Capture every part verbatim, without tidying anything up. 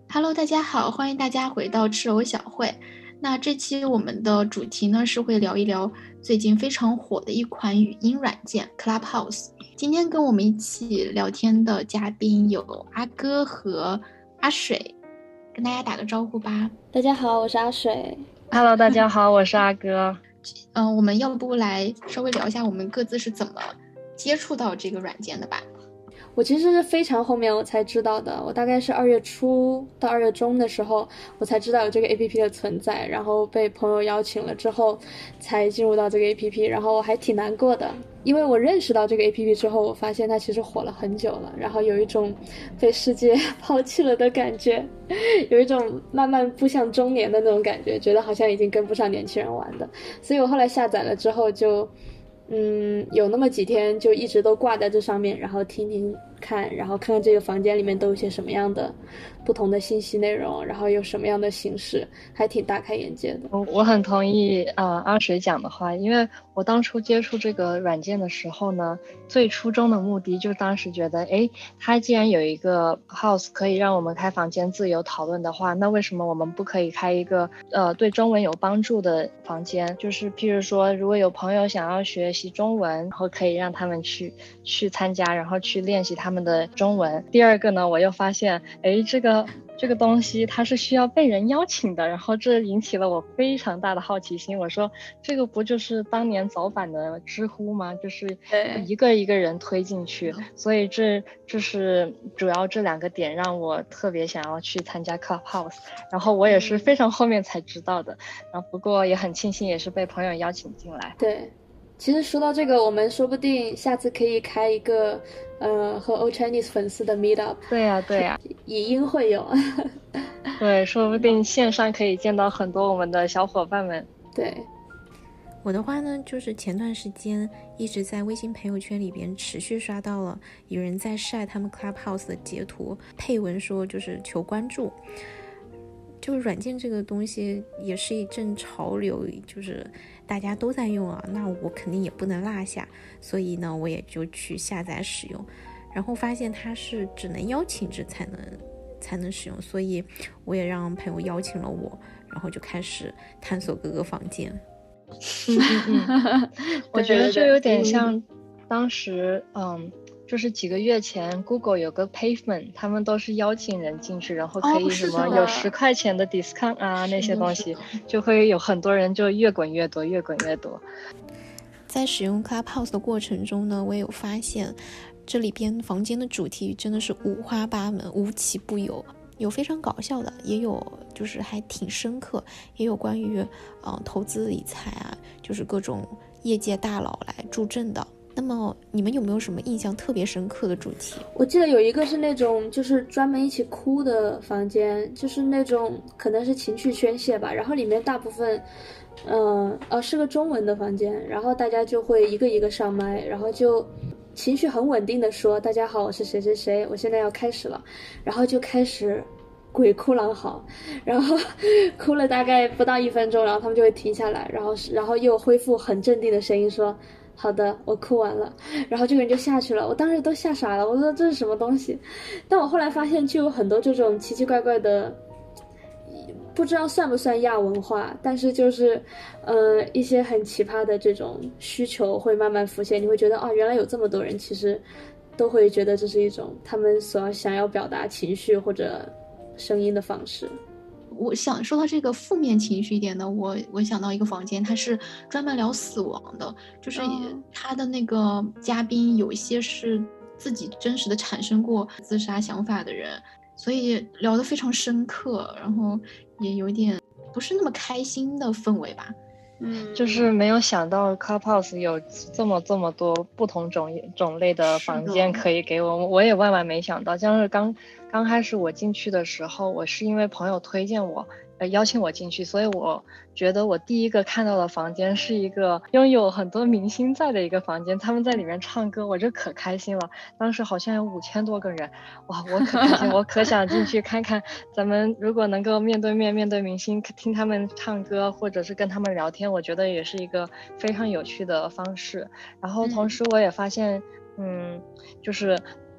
Hello，大家好，欢迎大家回到赤偶小会。那这期我们的主题呢是会聊一聊最近非常火的一款语音软件 Clubhouse。今天跟我们一起聊天的嘉宾有阿哥和阿水，跟大家打个招呼吧。 大家好，我是阿水。 Hello， 大家好，我是阿哥。 嗯、呃，我们要不来稍微聊一下我们各自是怎么接触到这个软件的吧。 我其实是非常后面我才知道的，我大概是二月初到二月中的时候，我才知道有这个 A P P 的存在，然后被朋友邀请了之后，才进入到这个 A P P， 然后我还挺难过的，因为我认识到这个 A P P 之后，我发现它其实火了很久了，然后有一种被世界抛弃了的感觉，有一种慢慢步向中年的那种感觉，觉得好像已经跟不上年轻人玩的，所以我后来下载了之后就。嗯，有那么几天就一直都挂在这上面，然后听听看，然后看看这个房间里面都有些什么样的不同的信息内容，然后有什么样的形式，还挺大开眼界的。 我我很同意呃阿水讲的话，因为我当初接触这个软件的时候呢，最初衷的目的就当时觉得，诶，它既然有一个 house 可以让我们开房间自由讨论的话，那为什么我们不可以开一个呃对中文有帮助的房间？就是譬如说，如果有朋友想要学习中文，然后可以让他们去去参加，然后去练习他们的中文。第二个呢，我又发现，诶，这个这个东西它是需要被人邀请的，然后这引起了我非常大的好奇心。我说这个不就是当年早版的知乎吗？就是一个一个人推进去，所以这这是主要这两个点让我特别想要去参加 Clubhouse， 然后我也是非常后面才知道的，然后不过也很庆幸也是被朋友邀请进来。 对，其实说到这个，我们说不定下次可以开一个呃和 Old Chinese 粉丝的 meetup。 对呀、啊、对呀、啊， 语音会有。 对，说不定线上可以见到很多我们的小伙伴们。 对， 我的话呢，就是前段时间一直在微信朋友圈里边持续刷到了有人在晒他们 Clubhouse 的截图，配文说就是求关注。就是软件这个东西也是一阵潮流，就是大家都在用啊，那我肯定也不能落下，所以呢，我也就去下载使用，然后发现它是只能邀请制才能才能使用，所以我也让朋友邀请了我，然后就开始探索各个房间。 嗯嗯嗯，我觉得就有点像当时，嗯。就是几个月前 Google 有个 Pavement， 他们都是邀请人进去，然后可以什么有十块钱的 discount 啊、哦、那些东西，就会有很多人就越滚越多越滚越多。 在使用 Clubhouse 的过程中呢，我也有发现这里边房间的主题真的是五花八门，无奇不有，有非常搞笑的，也有就是还挺深刻，也有关于呃投资理财啊，就是各种业界大佬来助阵的。那么你们有没有什么印象特别深刻的主题？ 我记得有一个是那种就是专门一起哭的房间，就是那种可能是情绪宣泄吧，然后里面大部分嗯呃是个中文的房间，然后大家就会一个一个上麦，然后就情绪很稳定的说大家好，我是谁谁谁，我现在要开始了，然后就开始鬼哭狼嚎，然后哭了大概不到一分钟，然后他们就会停下来，然后然后又恢复很镇定的声音说好的，我哭完了，然后这个人就下去了，我当时都吓傻了，我说这是什么东西？但我后来发现就有很多这种奇奇怪怪的，不知道算不算亚文化，但是就是呃一些很奇葩的这种需求会慢慢浮现，你会觉得啊，原来有这么多人其实都会觉得这是一种他们所想要表达情绪或者声音的方式。 我想说到这个负面情绪一点的，我我想到一个房间，它是专门聊死亡的，就是他的那个嘉宾有一些是自己真实的产生过自杀想法的人，所以聊得非常深刻，然后也有点不是那么开心的氛围吧。 嗯，就是没有想到 Clubhouse 有这么这么多不同种种类的房间可以给我，我也万万没想到。像是刚刚开始我进去的时候，我是因为朋友推荐我，呃邀请我进去，所以我觉得我第一个看到的房间是一个拥有很多明星在的一个房间，他们在里面唱歌，我就可开心了。当时好像有五千多个人，哇，我可开心，我可想进去看看，咱们如果能够面对面面对明星，听他们唱歌，或者是跟他们聊天，我觉得也是一个非常有趣的方式。然后同时我也发现，嗯，嗯就是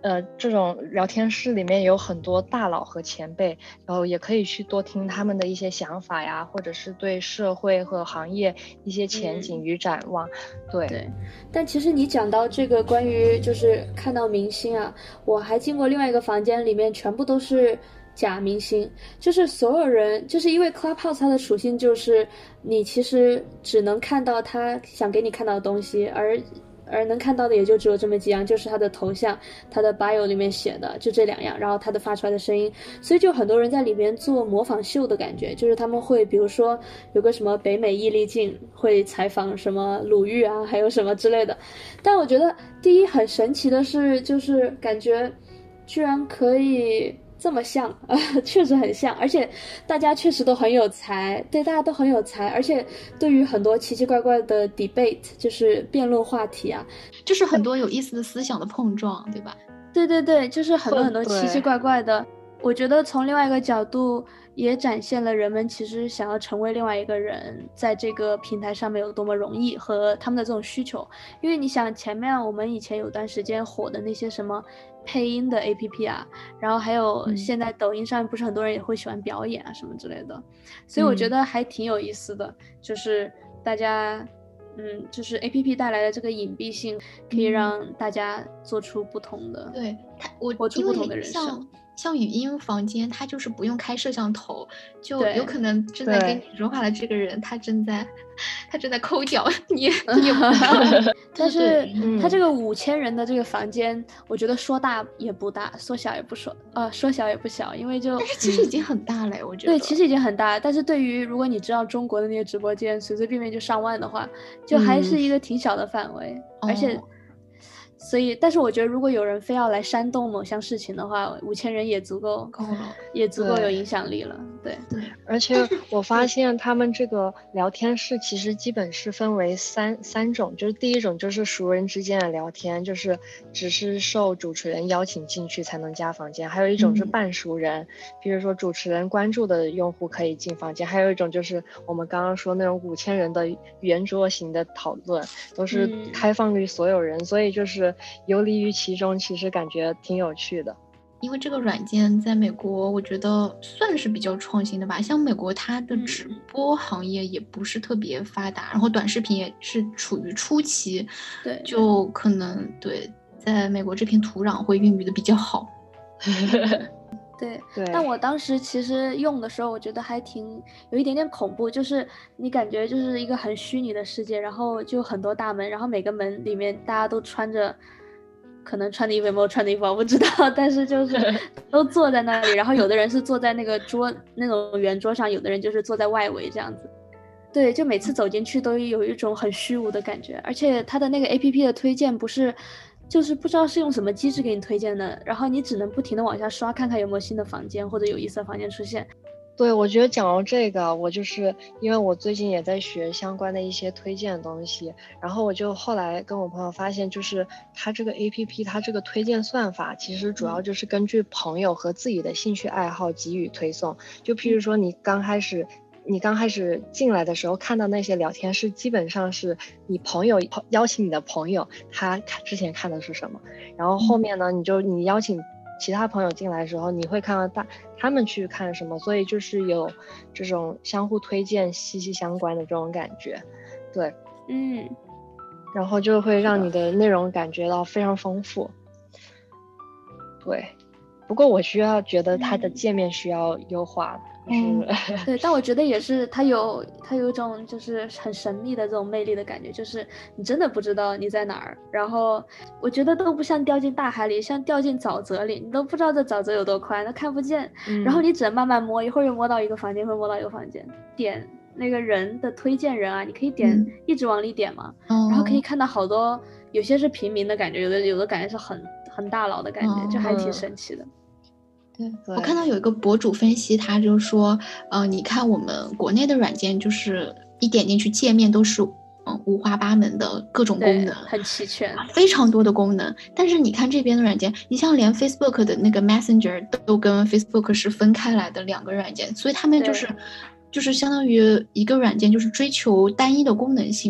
呃，这种聊天室里面有很多大佬和前辈，然后也可以去多听他们的一些想法呀，或者是对社会和行业一些前景与展望。嗯、对对，但其实你讲到这个关于就是看到明星啊，我还进过另外一个房间，里面全部都是假明星，就是所有人，就是因为 Clubhouse 它的属性就是你其实只能看到他想给你看到的东西，而而能看到的也就只有这么几样，就是他的头像，他的 bio 里面写的就这两样，然后他的发出来的声音，所以就很多人在里面做模仿秀的感觉，就是他们会比如说有个什么北美毅力镜会采访什么鲁豫啊，还有什么之类的。但我觉得第一很神奇的是，就是感觉居然可以这么像，呃，确实很像，而且大家确实都很有才，对，大家都很有才，而且对于很多奇奇怪怪的 debate， 就是辩论话题啊， 就是很多有意思的思想的碰撞，对吧？ 对对对，就是很多很多奇奇怪怪的。我觉得从另外一个角度也展现了人们其实想要成为另外一个人在这个平台上面有多么容易和他们的这种需求。因为你想前面我们以前有段时间火的那些什么配音的 A P P 啊，然后还有现在抖音上不是很多人也会喜欢表演啊什么之类的，所以我觉得还挺有意思的，嗯、就是大家嗯，就是 A P P 带来的这个隐蔽性可以让大家做出不同的， 嗯、对他我活出不同的人生。 像语音房间，它就是不用开摄像头，就有可能正在跟你说话的这个人，他正在他正在抠脚，你你也不知道。 但是他这个五千人的这个房间，我觉得说大也不大，说小也不说，呃，说小也不小，因为就但是其实已经很大了，嗯、我觉得。 对，其实已经很大，但是对于如果你知道中国的那些直播间，随随便便就上万的话，就还是一个挺小的范围，嗯、而且。哦所以，但是我觉得，如果有人非要来煽动某项事情的话，五千人也足够够了， 也足够有影响力了。对对， 而且我发现他们这个聊天室其实基本是分为三三种，就是第一种就是熟人之间的聊天，就是只是受主持人邀请进去才能加房间；还有一种是半熟人，嗯、比如说主持人关注的用户可以进房间；还有一种就是我们刚刚说那种五千人的圆桌型的讨论，都是开放于所有人，嗯、所以就是。游离于其中，其实感觉挺有趣的。 因为这个软件在美国，我觉得算是比较创新的吧。像美国，它的直播行业也不是特别发达，嗯、然后短视频也是处于初期， 对， 就可能对，在美国这片土壤会孕育的比较好。 对，对，但我当时其实用的时候，我觉得还挺有一点点恐怖，就是你感觉就是一个很虚拟的世界，然后就很多大门，然后每个门里面大家都穿着，可能穿的衣服有没有穿的衣服我不知道，但是就是都坐在那里，然后有的人是坐在那个桌那种圆桌上，有的人就是坐在外围这样子。对，就每次走进去都有一种很虚无的感觉，而且它的那个 A P P 的推荐不是。就是不知道是用什么机制给你推荐的，然后你只能不停的往下刷，看看有没有新的房间或者有意思的房间出现。 对，我觉得讲到这个，我就是因为我最近也在学相关的一些推荐的东西，然后我就后来跟我朋友发现，就是它这个 A P P 它这个推荐算法其实主要就是根据朋友和自己的兴趣爱好给予推送。就譬如说你刚开始你刚开始进来的时候看到那些聊天室，基本上是你朋友邀请你的朋友他之前看的是什么，然后后面呢你就你邀请其他朋友进来的时候，你会看到大他们去看什么，所以就是有这种相互推荐息息相关的这种感觉。对， 嗯， 然后就会让你的内容感觉到非常丰富。对，不过我需要觉得它的界面需要优化。 嗯，对，但我觉得也是，它有它有一种就是很神秘的这种魅力的感觉，就是你真的不知道你在哪儿，然后我觉得都不像掉进大海里，像掉进沼泽里，你都不知道这沼泽有多宽，它看不见，嗯、然后你只能慢慢摸，一会儿又摸到一个房间，会摸到一个房间，点那个人的推荐人啊，你可以点、嗯、一直往里点嘛，嗯、然后可以看到好多，有些是平民的感觉，有的有的感觉是很很大佬的感觉，嗯、就还挺神奇的。 对，我看到有一个博主分析，他就说，呃，你看我们国内的软件，就是一点进去界面都是，嗯，五花八门的各种功能， 很齐全， 非常多的功能。但是你看这边的软件，你像连 Facebook 的那个 Messenger 都跟 Facebook 是分开来的两个软件，所以他们就是，就是相当于一个软件就是追求单一的功能性吧。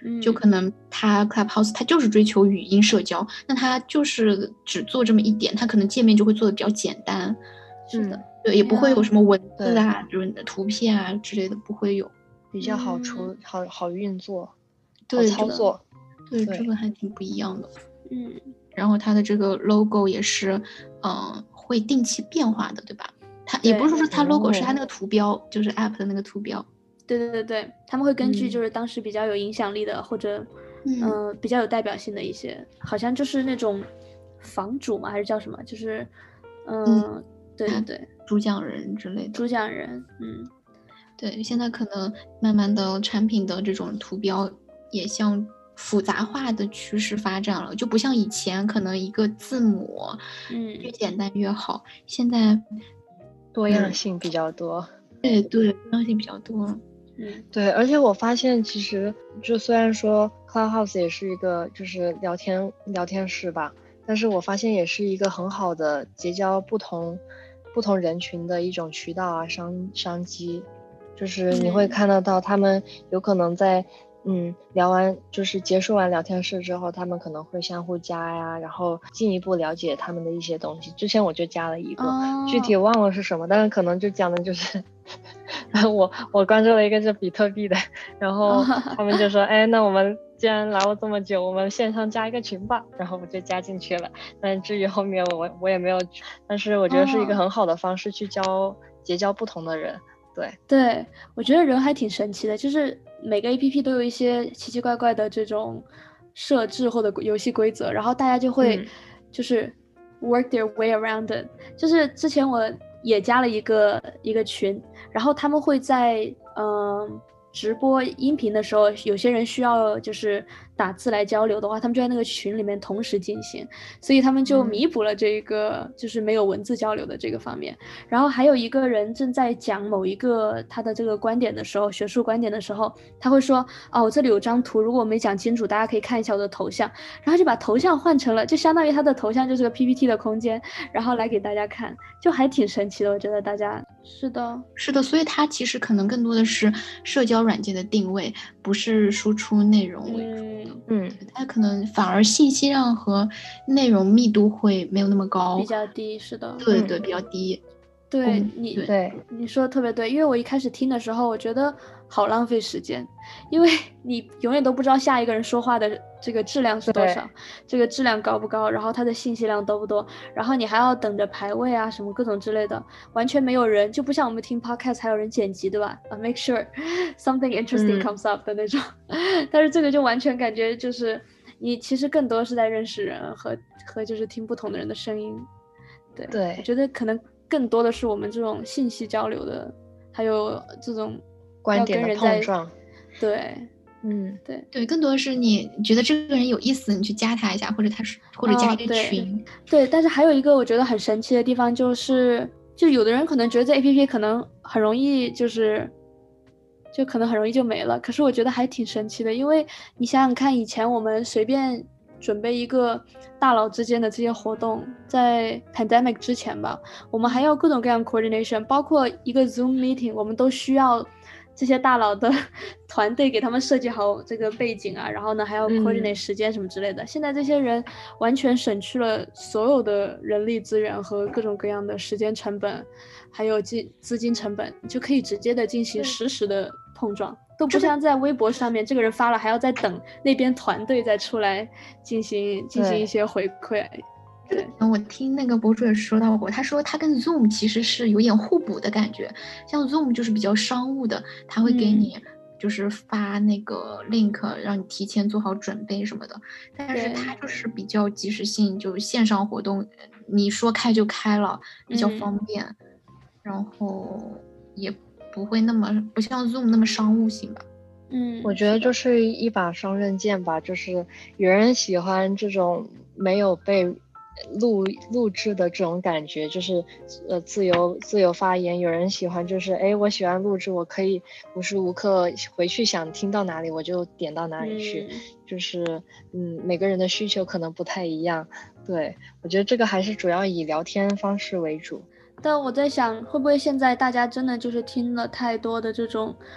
嗯， 就可能他 Clubhouse 他就是追求语音社交，那他就是只做这么一点，他可能界面就会做的比较简单。 是的， 对，也不会有什么文字啊， 对就是图片啊之类的，不会有， 比较好出、 嗯好好运作， 对好操作。 对， 对这个还挺不一样的。 嗯， 然后它的这个 logo 也是，嗯、会定期变化的，对吧？它也不是说是它 logo，、 哦是它那个图标，就是 app 的那个图标。 对对对对，他们会根据嗯就是当时比较有影响力的、或者嗯嗯、呃比较有代表性的一些，好像就是那种房主嘛，还是叫什么？就是嗯、呃对对对， 主讲人之类的。 主讲人，嗯， 对，现在可能慢慢的产品的这种图标也向复杂化的趋势发展了，就不像以前可能一个字母， 嗯越简单越好。现在多样性比较多。 对对，多样性比较多。 嗯， 对，而且我发现其实就虽然说 Clubhouse 也是一个就是聊天聊天室吧，但是我发现也是一个很好的结交不同不同人群的一种渠道啊，商商机，就是你会看得到他们有可能在嗯聊完就是结束完聊天室之后，他们可能会相互加呀，然后进一步了解他们的一些东西。之前我就加了一个， 哦具体忘了是什么，但是可能就讲的就是我我关注了一个是比特币的，然后他们就说，哎，那我们既然聊了这么久，我们线上加一个群吧，然后我就加进去了。但至于后面我我也没有，但是我觉得是一个很好的方式去交结交不同的人。对对，我觉得人还挺神奇的，就是每个 A P P 都有一些奇奇怪怪的这种设置或者游戏规则，然后大家就会嗯就是 work their way around it。就是之前我也加了一个一个群，然后他们会在嗯、呃直播音频的时候，有些人需要就是打字来交流的话，他们就在那个群里面同时进行，所以他们就弥补了这个就是没有文字交流的这个方面。然后还有一个人正在讲某一个他的这个观点的时候，学术观点的时候，他会说，哦，我这里有张图，如果我没讲清楚，大家可以看一下我的头像，然后就把头像换成了，就相当于他的头像就是个 P P T 的空间，然后来给大家看，就还挺神奇的，我觉得大家是的， 是的，所以它其实可能更多的是社交软件的定位，不是输出内容为主。 嗯， 嗯， 它可能反而信息量和内容密度会没有那么高， 比较低，是的， 对对，比较低。 对嗯你对对， 你说的特别对，因为我一开始听的时候，我觉得好浪费时间，因为你永远都不知道下一个人说话的这个质量是多少，这个质量高不高，然后它的信息量多不多，然后你还要等着排位啊什么各种之类的，完全没有人，就不像我们听 podcast 还有人剪辑对吧？啊 make sure something interesting 嗯 comes up 的那种，但是这个就完全感觉就是你其实更多是在认识人和和就是听不同的人的声音，对， 对我觉得可能更多的是我们这种信息交流的，还有这种观点的要跟人在碰撞。 对嗯， 对对，更多的是你觉得这个人有意思，你去加他一下，或者他是或者加一个啊对群。 对，但是还有一个我觉得很神奇的地方就是，就有的人可能觉得这 A P P 可能很容易就是。就可能很容易就没了，可是我觉得还挺神奇的，因为你想想看，以前我们随便准备一个大佬之间的这些活动，在 pandemic 之前吧，我们还要各种各样 coordination， 包括一个 Zoom meeting， 我们都需要这些大佬的团队给他们设计好这个背景啊，然后呢还要 coordinate 时间什么之类的。嗯、现在这些人完全省去了所有的人力资源和各种各样的时间成本，还有资资金成本，就可以直接的进行实时的碰撞。都不像在微博上面，这个人发了还要再等那边团队再出来进行进行一些回馈。对， 我听那个博主也说到过，他说他跟 Zoom 其实是有点互补的感觉，像 Zoom 就是比较商务的，他会给你就是发那个 link，、嗯、让你提前做好准备什么的，但是他就是比较及时性，就线上活动你说开就开了，比较方便，嗯、然后也不会那么不像 Zoom 那么商务性吧。 嗯， 我觉得就是一把双刃剑吧，就是有人喜欢这种没有被录录制的这种感觉，就是呃自由自由发言，有人喜欢就是哎我喜欢录制，我可以无时无刻回去想听到哪里我就点到哪里去，嗯、就是嗯每个人的需求可能不太一样，对，我觉得这个还是主要以聊天方式为主。 但我在想会不会现在大家真的就是听了太多的这种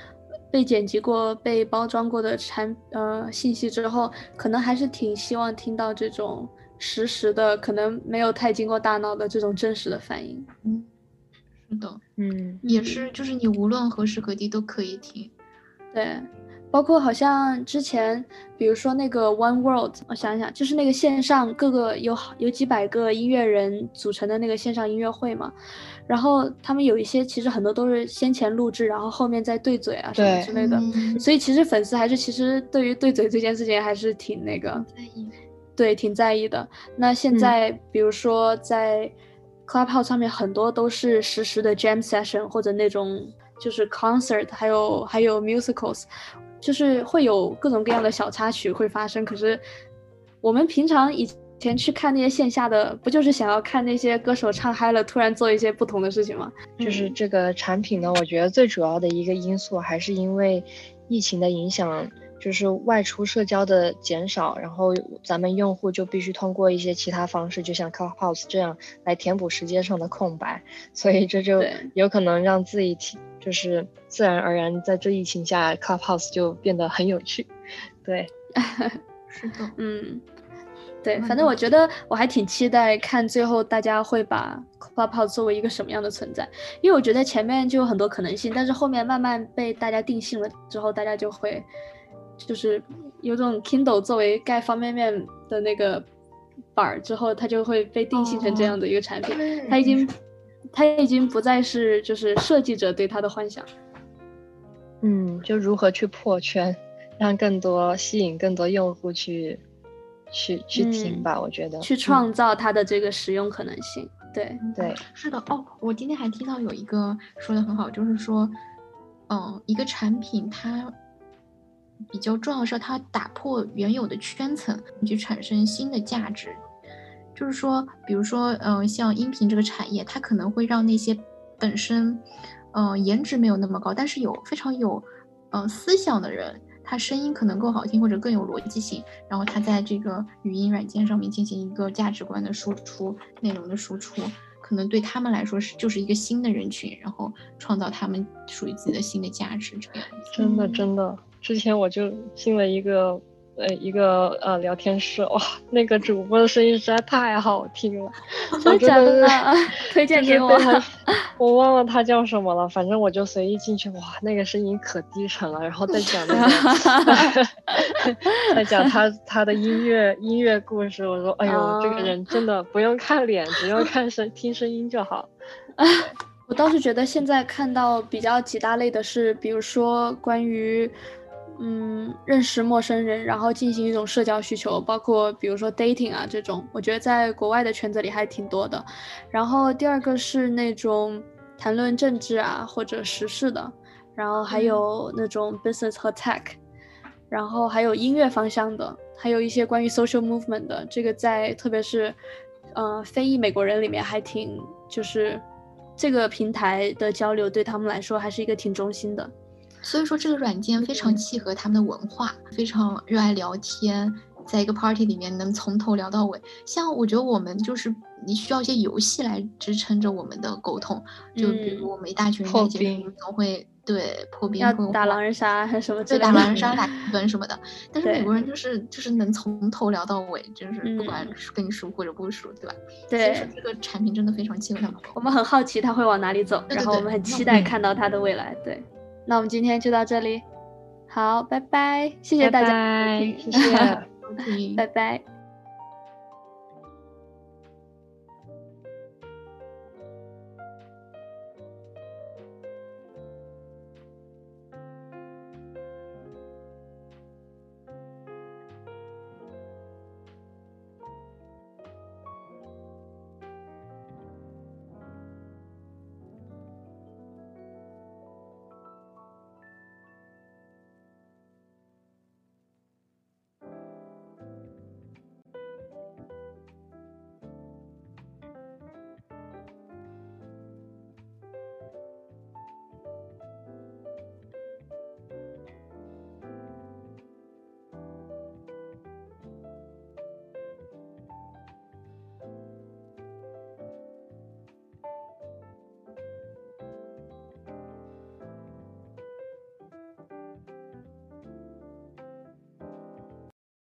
被剪辑过、被包装过的产呃信息之后，可能还是挺希望听到这种实时的，可能没有太经过大脑的这种真实的反应。 嗯，是的， 嗯， 也是，就是你无论何时何地都可以听。 对，包括好像之前，比如说那个 One World， 我想一想，就是那个线上各个有有几百个音乐人组成的那个线上音乐会嘛，然后他们有一些其实很多都是先前录制，然后后面再对嘴啊什么之类的， 嗯、 所以其实粉丝还是其实对于对嘴这件事情还是挺那个， 在意， 对，挺在意的。那现在、嗯、比如说在 Clubhouse 上面很多都是实时的 jam session 或者那种就是 concert， 还有还有 musicals。就是会有各种各样的小插曲会发生，可是我们平常以前去看那些线下的，不就是想要看那些歌手唱嗨了，突然做一些不同的事情吗？ 就是这个产品呢，我觉得最主要的一个因素还是因为疫情的影响，就是外出社交的减少，然后咱们用户就必须通过一些其他方式，就像 Clubhouse 这样来填补时间上的空白，所以这就有可能让自己就是自然而然在这疫情下 Clubhouse 就变得很有趣。对， 是的， 嗯，对，反正我觉得我还挺期待看最后大家会把 Clubhouse 作为一个什么样的存在，因为我觉得前面就有很多可能性，但是后面慢慢被大家定性了之后，大家就会就是有种 Kindle 作为盖方便面的那个板之后，它就会被定性成这样的一个产品，哦、它已经它已经不再是就是设计者对它的幻想。 嗯，就如何去破圈，让更多吸引更多用户去去去听吧、嗯、我觉得去创造它的这个使用可能性。嗯、对对， 是的。哦，我今天还听到有一个说的很好，就是说嗯，一个产品它比较重要的是它打破原有的圈层，去产生新的价值。就是说比如说嗯、呃，像音频这个产业，它可能会让那些本身嗯、呃，颜值没有那么高，但是有非常有呃思想的人，他声音可能更好听或者更有逻辑性，然后他在这个语音软件上面进行一个价值观的输出，内容的输出，可能对他们来说是就是一个新的人群，然后创造他们属于自己的新的价值，这个样子。 真的真的，之前我就进了一个呃一个呃聊天室，哇，那个主播的声音实在太好听了， 真的假的？推荐给我。 我忘了他叫什么了，反正我就随意进去，哇，那个声音可低沉了，然后再讲那个再讲他他的音乐音乐故事，我说哎呦、哦、这个人真的不用看脸，只用看声听声音就好。 我倒是觉得现在看到比较几大类的是，比如说关于嗯认识陌生人，然后进行一种社交需求，包括比如说 dating 啊这种，我觉得在国外的圈子里还挺多的。然后第二个是那种谈论政治啊或者时事的，然后还有那种 business 和 tech， 然后还有音乐方向的，还有一些关于 social movement 的，这个在特别是呃非裔美国人里面还挺就是这个平台的交流对他们来说还是一个挺中心的。 所以说这个软件非常契合他们的文化，非常热爱聊天，在一个 party 里面能从头聊到尾。像我觉得我们就是你需要一些游戏来支撑着我们的沟通，就比如我们一大群人在一起总会对破冰， 要打狼人杀什么之类的， 对，打狼人杀打分什么的。但是美国人就是就是能从头聊到尾，就是不管跟你熟或者不熟，对吧？ 对， 所以说这个产品真的非常契合他们。 我们很好奇他会往哪里走， 对对对， 然后我们很期待看到他的未来。对，那我们今天就到这里，好，拜拜，谢谢大家， 拜拜谢谢， 拜拜。